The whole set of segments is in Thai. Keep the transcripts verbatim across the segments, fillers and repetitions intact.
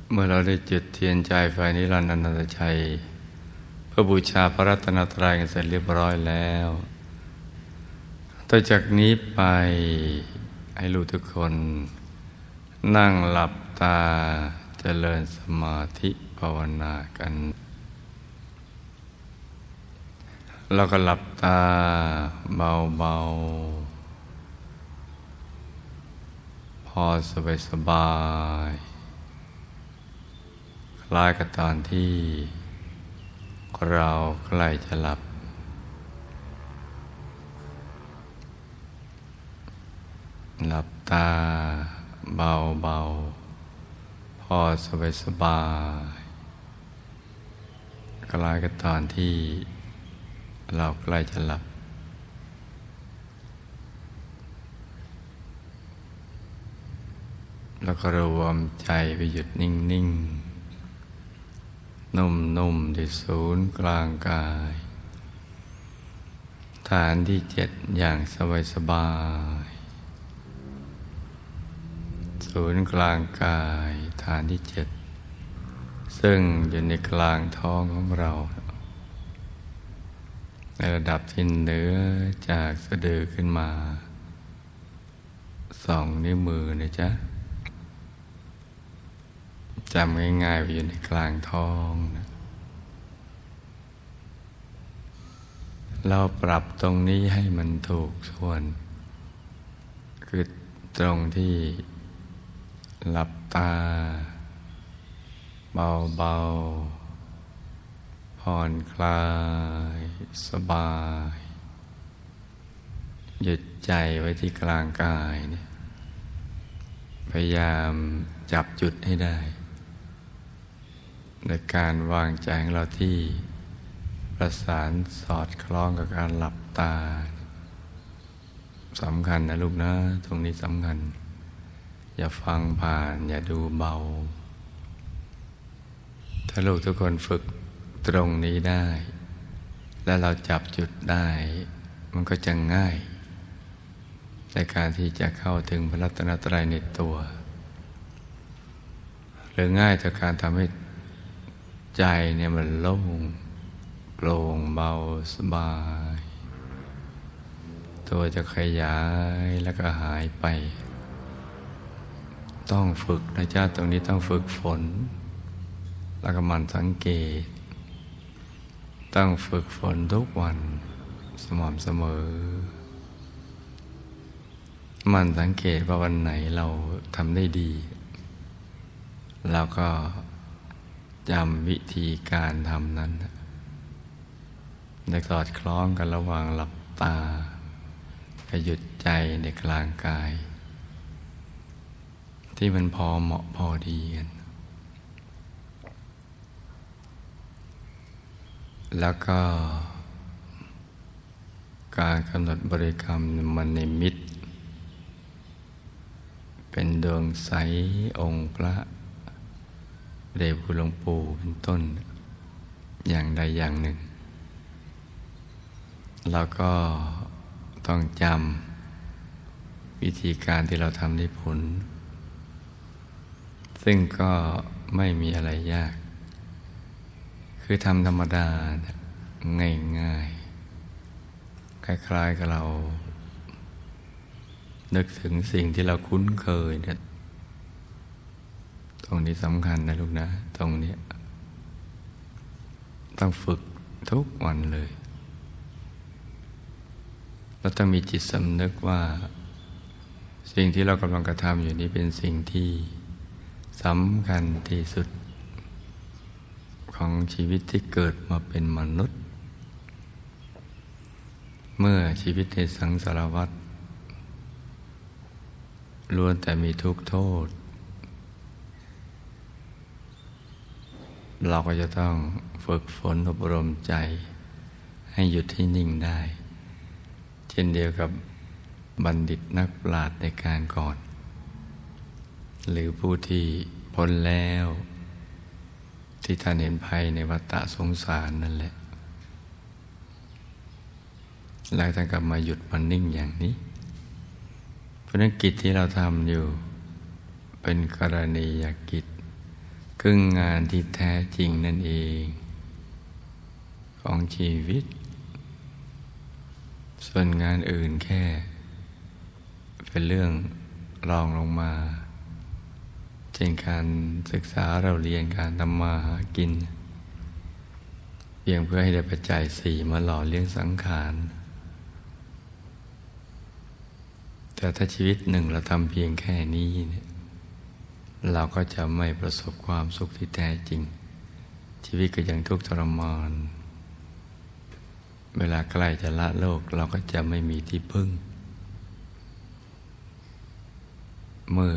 เมื่อเราได้จุดเทียนใจไฟนิรันดร์อนันตชัยเพื่อบูชาพระรัตนตรัยกันเสร็จเรียบร้อยแล้วต่อจากนี้ไปให้ลูกทุกคนนั่งหลับตาเจริญสมาธิภาวนากันเราก็หลับตาเบาๆพอสบายสบายคล้ายกับตอนที่เราใกล้จะหลับหลับตาเบาๆพอสบายสบายคล้ายกับตอนที่เราใกล้จะหลับแล้วก็รวมใจไปหยุดนิ่งๆนุ่มๆที่ศูนย์กลางกายฐานที่เจ็ดอย่างสบายๆศูนย์กลางกายฐานที่เจ็ดซึ่งอยู่ในกลางท้องของเราในระดับที่เหนือจากสะดือขึ้นมาสองนิ้วมือนะจ๊ะจำง่ายๆไปอยู่ในกลางท้องนะเราปรับตรงนี้ให้มันถูกส่วนคือตรงที่หลับตาเบาๆผ่อนคลายสบายหยุดใจไว้ที่กลางกายเนี่ยพยายามจับจุดให้ได้ในการวางใจของเราที่ประสานสอดคล้องกับการหลับตาสำคัญนะลูกนะตรงนี้สำคัญอย่าฟังผ่านอย่าดูเบาถ้าลูกทุกคนฝึกตรงนี้ได้และเราจับจุดได้มันก็จะง่ายในการที่จะเข้าถึงพระรัตนตรัยในตัวหรือง่ายต่อการทำให้ใจเนี่ยมันโล่งโปร่งเบาสบายตัวจะขยายแล้วก็หายไปต้องฝึกนะจ๊ะตรงนี้ต้องฝึกฝนแล้วก็มันสังเกตต้องฝึกฝนทุกวันสม่ำเสมอมันสังเกตว่าวันไหนเราทำได้ดีเราก็จำวิธีการทำนั้นได้สอดคล้องกันระหว่างหลับตากับหยุดใจในกลางกายที่มันพอเหมาะพอดีกันแล้วก็การกำหนดบริกรรมมันในมิตรเป็นดวงใสองค์พระเดชคุณหลวงปู่เป็นต้นอย่างใดอย่างหนึ่งเราก็ต้องจำวิธีการที่เราทำได้ผลซึ่งก็ไม่มีอะไรยากคือทำธรรมดาง่ายๆคล้ายๆกับเรานึกถึงสิ่งที่เราคุ้นเคยเนี่ยตรงนี้สำคัญนะลูกนะตรงนี้ต้องฝึกทุกวันเลยเราต้องมีจิตสำนึกว่าสิ่งที่เรากำลังกระทำอยู่นี้เป็นสิ่งที่สำคัญที่สุดของชีวิตที่เกิดมาเป็นมนุษย์เมื่อชีวิตในสังสารวัฏล้วนแต่มีทุกข์โทษเราก็จะต้องฝึกฝนอบรมใจให้หยุดให้นิ่งได้เช่นเดียวกับบัณฑิตนักปราชญ์ในการก่อนหรือผู้ที่พ้นแล้วที่ท่านเห็นภัยในวัฏฏะสงสารนั่นแหละแล้วท่านกลับมาหยุดมันนิ่งอย่างนี้เพราะนั้นกิจที่เราทำอยู่เป็นกรณียกิจครึ่งงานที่แท้จริงนั่นเองของชีวิตส่วนงานอื่นแค่เป็นเรื่องรองลงมาเช่นการศึกษาเราเรียนการทำมาหากินเพียงเพื่อให้ได้ปัจจัยสี่มาหล่อเลี้ยงสังขารแต่ถ้าชีวิตหนึ่งเราทำเพียงแค่นี้เนี่ยเราก็จะไม่ประสบความสุขที่แท้จริงชีวิตก็ยังทุกข์ทรมานเวลาใกล้จะละโลกเราก็จะไม่มีที่พึ่งเมื่อ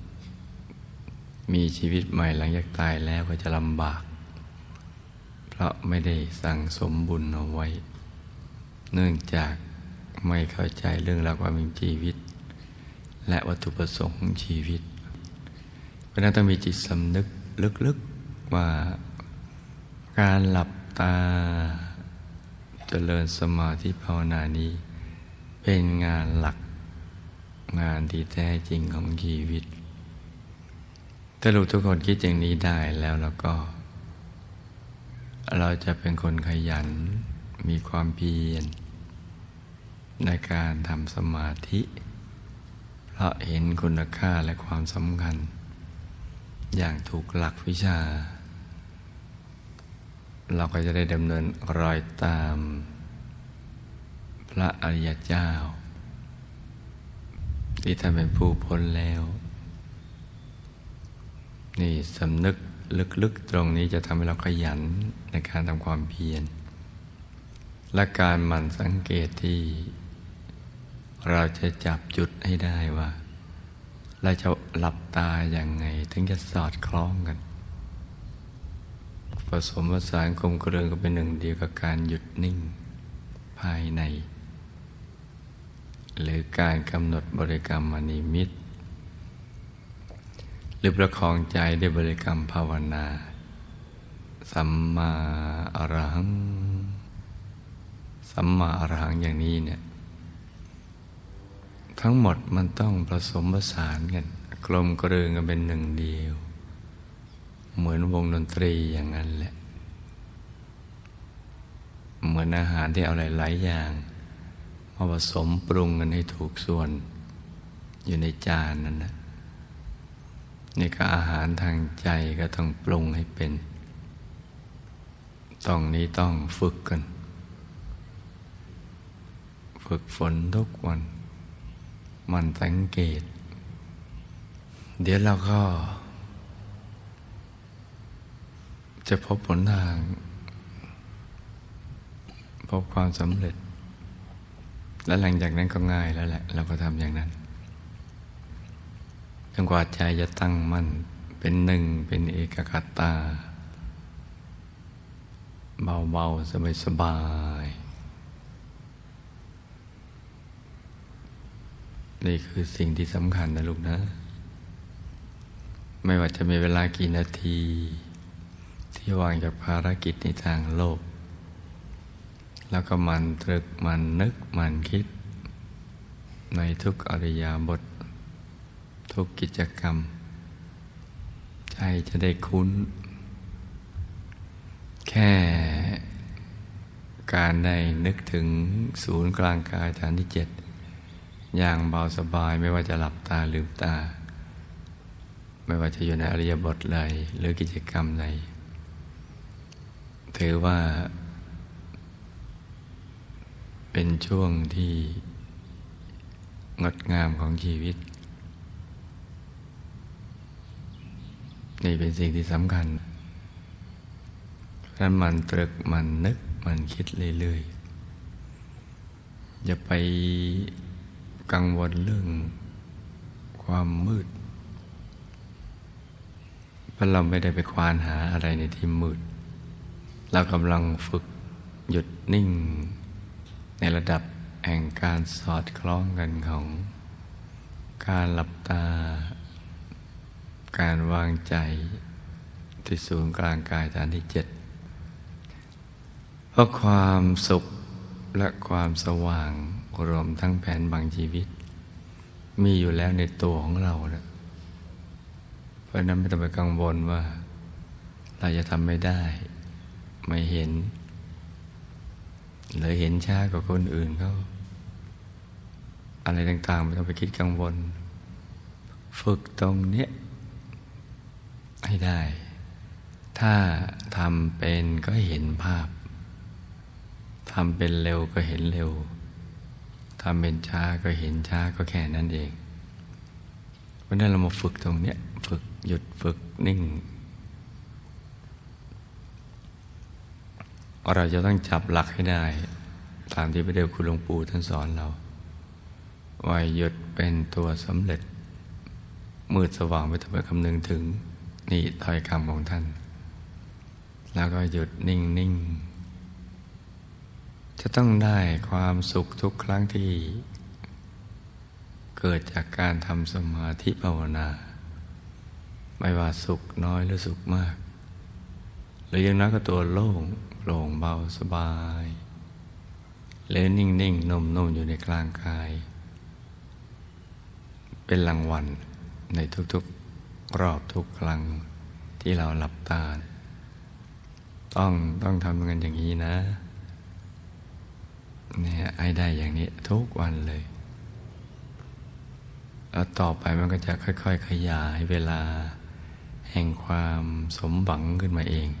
มีชีวิตใหม่หลังจากตายแล้วก็จะลำบากเพราะไม่ได้สั่งสมบุญเอาไว้เนื่องจากไม่เข้าใจเรื่องราวความเป็นชีวิตและวัตถุประสงค์ของชีวิตเพราะนั้นต้องมีจิตสำนึกลึกๆว่าการหลับตาเจริญสมาธิภาวนานี้เป็นงานหลักงานที่แท้จริงของชีวิตถ้าลูกทุกคนคิดอย่างนี้ได้แล้วแล้วก็เราจะเป็นคนขยันมีความเพียรในการทำสมาธิเพราะเห็นคุณค่าและความสำคัญอย่างถูกหลักวิชาเราก็จะได้ดำเนินรอยตามพระอริยเจ้าที่ท่านเป็นผู้พ้นแล้วนี่สำนึกลึกๆตรงนี้จะทำให้เราขยันในการทำความเพียรและการหมั่นสังเกตที่เราจะจับจุดให้ได้ว่าเราจะหลับตาอย่างไงถึงจะสอดคล้องกันผสมผสานกลมกลืนกันเป็นหนึ่งเดียวกับการหยุดนิ่งภายในหรือการกำหนดบริกรรมนิมิตหรือประคองใจด้วยบริกรรมภาวนาสัมมาอรหังสัมมาอรหังอย่างนี้เนี่ยทั้งหมดมันต้องผสมผสานกันกลมกลืนกันเป็นหนึ่งเดียวเหมือนวงดนตรีอย่างนั้นแหละเหมือนอาหารที่เอาหลายๆอย่างมาผสมปรุงกันให้ถูกส่วนอยู่ในจานนั้นนะนี่ก็อาหารทางใจก็ต้องปรุงให้เป็นตรงนี้ต้องฝึกกันฝึกฝนทุกวันมันสังเกตเดี๋ยวเราก็จะพบผลทางพบความสำเร็จและหลังจากนั้นก็ง่ายแล้วแหละเราก็ทำอย่างนั้นจนกว่าใจจะตั้งมั่นเป็นหนึ่งเป็นเอกคตาเบาๆสบายๆนี่คือสิ่งที่สำคัญนะลูกนะไม่ว่าจะมีเวลากี่นาทีที่ว่างจากภารกิจในทางโลกแล้วก็มันตรึกมันนึกมันคิดในทุกอริยบททุกกิจกรรมใจจะได้คุ้นแค่การได้นึกถึงศูนย์กลางกายฐานที่เจ็ดอย่างเบาสบายไม่ว่าจะหลับตาลืมตาไม่ว่าจะอยู่ในอริยบทใดหรือกิจกรรมใดถือว่าเป็นช่วงที่งดงามของชีวิตนี่เป็นสิ่งที่สำคัญถ้ามันตรึกมันนึกมันคิดเรื่อยๆอย่าไปกังวลเรื่องความมืดเพราะเราไม่ได้ไปควานหาอะไรในที่มืดเรากำลังฝึกหยุดนิ่งในระดับแห่งการสอดคล้องกันของการหลับตาการวางใจที่ศูนย์กลางกายฐานที่เจ็ดเพราะความสุขและความสว่างรวมทั้งแผนบางชีวิตมีอยู่แล้วในตัวของเรานะเพราะนั้นไม่ต้องไปกังวลว่าเราจะทำไม่ได้ไม่เห็นหรือเห็นช้ากว่าคนอื่นเขาอะไรต่างๆไม่ต้องไปคิดกังวลฝึกตรงเนี้ยให้ได้ถ้าทำเป็นก็เห็นภาพทำเป็นเร็วก็เห็นเร็วทำเป็นช้าก็เห็นช้าก็แค่นั้นเองเพราะนั้นเรามาฝึกตรงเนี้ยฝึกหยุดฝึกนิ่งเราจะต้องจับหลักให้ได้ตามที่พระเดชคุณหลวงปู่ท่านสอนเราว่าหยุดเป็นตัวสำเร็จมืดสว่างไม่ต้องไปคำนึงถึงนี่ถ้อยคำของท่านแล้วก็หยุดนิ่งนิ่งจะต้องได้ความสุขทุกครั้งที่เกิดจากการทำสมาธิภาวนาไม่ว่าสุขน้อยหรือสุขมากหรืออย่างน้อยก็ตัวโล่งโปร่งเบาสบายหรือนิ่งๆนุ่มๆอยู่ในกลางกายเป็นรางวัลในทุกๆรอบทุกครั้งที่เราหลับตาต้องต้องทำกันอย่างนี้นะเนี่ยให้ได้อย่างนี้ทุกวันเลยแล้วต่อไปมันก็จะค่อยๆขยายเวลาแห่งความสมหวังขึ้นมาเอง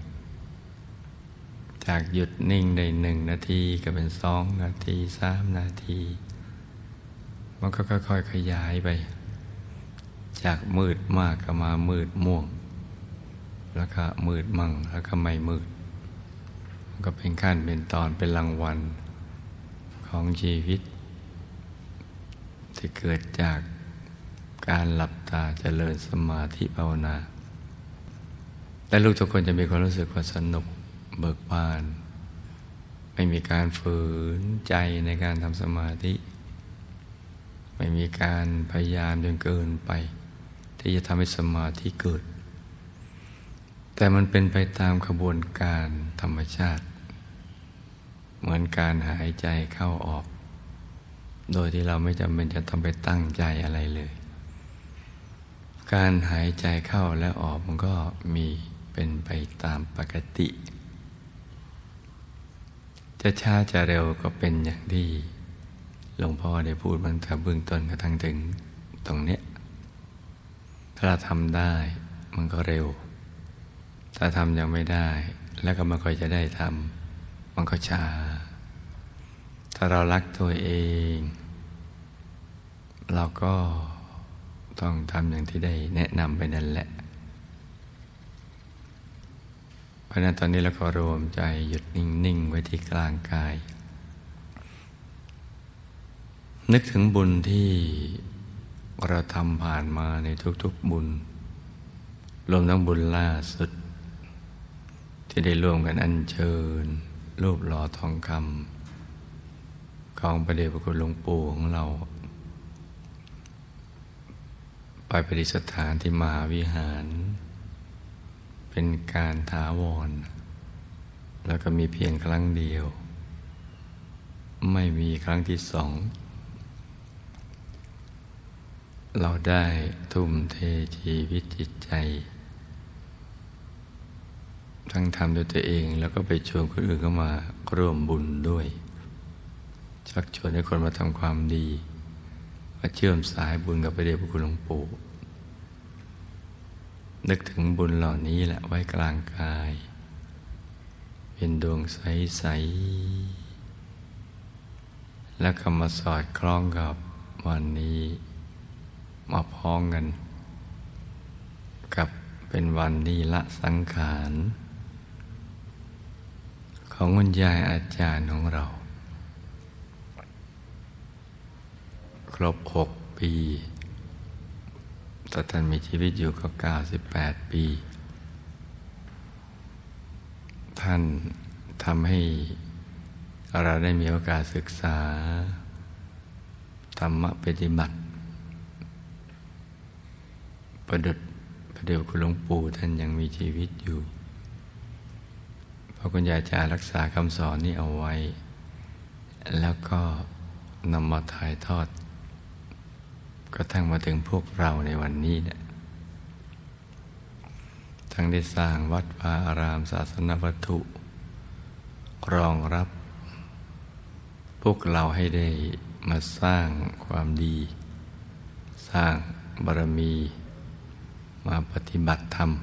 จากหยุดนิ่งได้หนึ่งนาทีก็เป็นสองนาทีสามนาทีมันก็ค่อยๆขยายไปจากมืดมากก็มามืดม่วงแล้วก็มืดมั่งแล้วก็ไม่มืดมันก็เป็นขั้นเป็นตอนเป็นรางวัลของชีวิตที่เกิดจากการหลับตาเจริญสมาธิภาวนาและลูกทุกคนจะมีความรู้สึกว่าสนุกเบิกบานไม่มีการฝืนใจในการทำสมาธิไม่มีการพยายามจนเกินไปที่จะทำให้สมาธิเกิดแต่มันเป็นไปตามขบวนการธรรมชาติเหมือนการหายใจเข้าออกโดยที่เราไม่จำเป็นจะต้องไปตั้งใจอะไรเลยการหายใจเข้าและออกมันก็มีเป็นไปตามปกติจะช้าจะเร็วก็เป็นอย่างที่หลวงพ่อได้พูดมันแต่เบื้องต้นกระทั่งถึงตรงเนี้ยถ้าเราทำได้มันก็เร็วถ้าทำยังไม่ได้แล้วก็ไม่ค่อยจะได้ทำมันก็ช้าถ้าเรารักตัวเองเราก็ต้องทำอย่างที่ได้แนะนำไปนั่นแหละเพราะนั้นตอนนี้เราก็รวมใจหยุดนิ่งๆไว้ที่กลางกายนึกถึงบุญที่เราทำผ่านมาในทุกๆบุญรวมทั้งบุญล่าสุดที่ได้ร่วมกันอัญเชิญรูปหล่อทองคำของพระเดชพระคุณหลวงปู่ของเราไปประดิษฐานที่มหาวิหารเป็นการถาวรแล้วก็มีเพียงครั้งเดียวไม่มีครั้งที่สองเราได้ทุ่มเทชีวิตจิตใจทั้งทำด้วยตัวเองแล้วก็ไปชวนคนอื่นเข้ามาร่วมบุญด้วยชักชวนให้คนมาทำความดีมาเชื่อมสายบุญกับพระเดชพระคุณหลวงปู่นึกถึงบุญเหล่านี้แหละไว้กลางกายเป็นดวงใสๆแล้วก็มาสอดคล้องกับวันนี้มาพ้องกันกับเป็นวันที่ละสังขารของคุณยายอาจารย์ของเราครบหกปีแต่ท่านมีชีวิตอยู่ก็เก้าสิบแปดปีท่านทำให้เราได้มีโอกาสศึกษาธรรมะปฏิบัติประดุจพระเดชคุณหลวงปู่ท่านยังมีชีวิตอยู่เพราะคุณยายจะรักษาคำสอนนี้เอาไว้แล้วก็นำมาถ่ายทอดกระทั่งมาถึงพวกเราในวันนี้เนี่ยทั้งได้สร้างวัดวาอารามศาสนวัตถุรองรับพวกเราให้ได้มาสร้างความดี สร้างบารมีมาปฏิบัติธรรม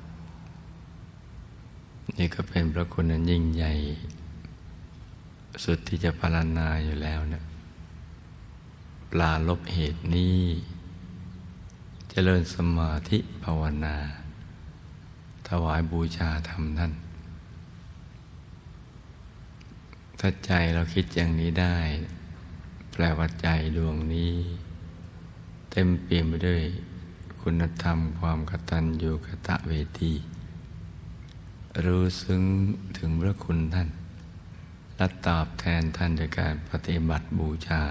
นี่ก็เป็นพระคุณอันยิ่งใหญ่สุดที่จะพรรณนาอยู่แล้วนะปราลบเหตุนี้เจริญสมาธิภาวนาถวายบูชาธรรมท่านถ้าใจเราคิดอย่างนี้ได้แปลว่าใจดวงนี้เต็มเปี่ยมไปด้วยคุณธรรมความกตัญญูกตเวทีรู้ซึ้งถึงพระคุณท่านและตอบแทนท่านโดยการปฏิบัติบูชา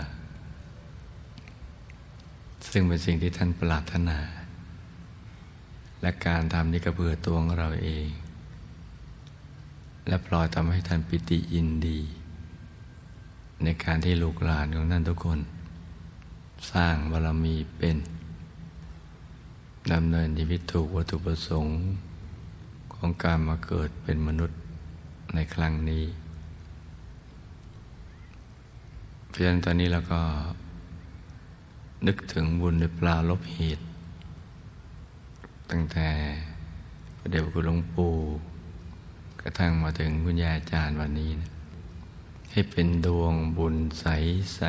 ซึ่งเป็นสิ่งที่ท่านปรารถนาและการทำนี้ก็เพื่อตัวของเราเองและปล่อยทำให้ท่านปิติยินดีในการที่ลูกหลานของท่านทุกคนสร้างบารมีเป็นดำเนินชีวิตถูกวัตถุประสงค์ของการมาเกิดเป็นมนุษย์ในครั้งนี้เพราะฉะนั้นตอนนี้เราก็นึกถึงบุญในปราลบเหตุตั้งแต่พระเดชพระคุณหลวงปู่กระทั่งมาถึงคุณยายอาจารย์วันนี้นะให้เป็นดวงบุญใสใส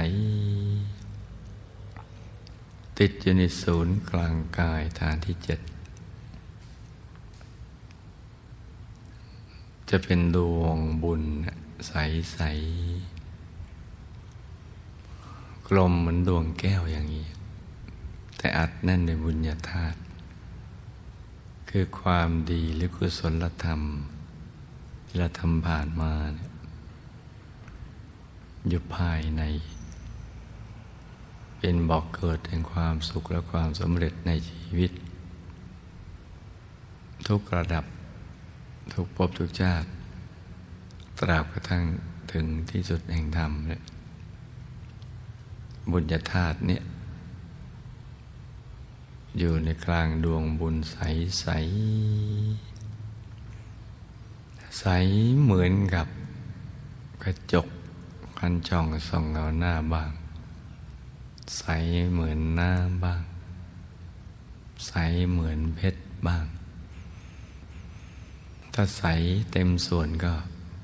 ติดอยู่ในศูนย์กลางกายฐานที่เจ็ดจะเป็นดวงบุญใสใสกลมเหมือนดวงแก้วอย่างนี้แต่อัดแน่นในบุญญาธาตุคือความดีหรือกุศลธรรมที่เราทำผ่านมาเนี่ยอยู่ภายในเป็นบอกเกิดแห่งความสุขและความสำเร็จในชีวิตทุกระดับทุกภพทุกชาติตราบกระทั่งถึงที่สุดแห่งธรรมเนี่ยบุญญาธาตุเนี่ยอยู่ในกลางดวงบุญใสใสใสเหมือนกับกระจกคันช่องส่องเงาหน้าบ้างใสเหมือนน้ำบ้างใสเหมือนเพชรบ้างถ้าใสเต็มส่วนก็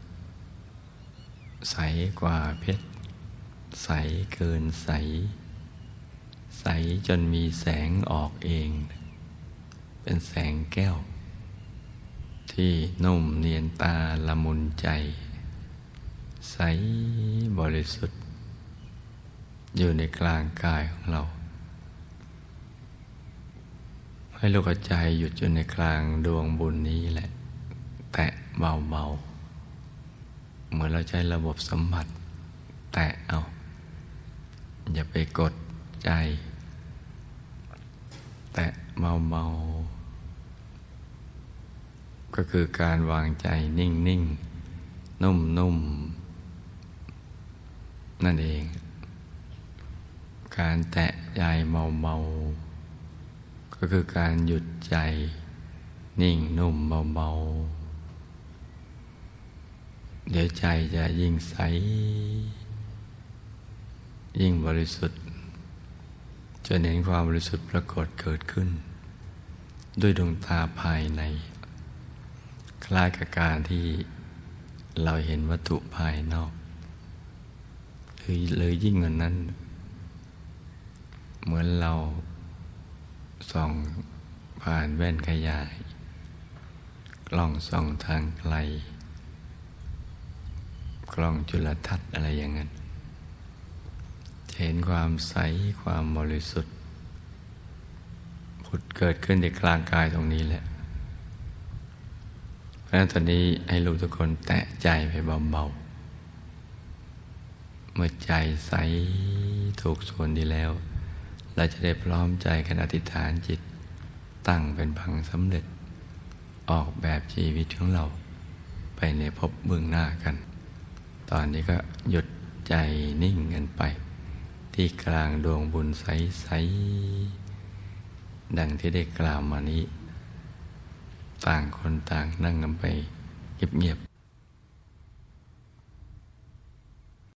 ใสกว่าเพชรใสเกินใสใสจนมีแสงออกเองเป็นแสงแก้วที่นุ่มเนียนตาละมุนใจใสบริสุทธิ์อยู่ในกลางกายของเราให้ลูกใจหยุดอยู่ในกลางดวงบุญนี้แหละแตะเบาๆเหมือนเราใช้ระบบสัมผัสแตะเอาอย่าไปกดใจแตะเบาๆก็คือการวางใจนิ่งๆนุ่มๆนั่นเองการแตะใจเบาๆก็คือการหยุดใจนิ่งนุ่มเบาๆเดี๋ยวใจจะยิ่งใสยิ่งบริสุทธิ์จนเห็นความบริสุทธิ์ปรากฏเกิดขึ้นด้วยดวงตาภายในคล้ายกับการที่เราเห็นวัตถุภายนอกหรือเลยยิ่งกว่านั้นเหมือนเราส่องผ่านแว่นขยายกล้องส่องทางไกลกล้องจุลทรรศน์อะไรอย่างนั้นเห็นความใสความบริสุทธิ์ผุดเกิดขึ้นในกลางกายตรงนี้แหละเพราะฉะนั้นตอนนี้ให้ลูกทุกคนแตะใจไปเบาๆเมื่อใจใสถูกส่วนดีแล้วเราจะได้พร้อมใจกันอธิษฐานจิตตั้งเป็นพังสำเร็จออกแบบชีวิตของเราไปในภพเบื้องหน้ากันตอนนี้ก็หยุดใจนิ่งกันไปที่กลางดวงบุญใสๆดังที่ได้กล่าวมานี้ต่างคนต่างนั่งกันไปเงียบๆ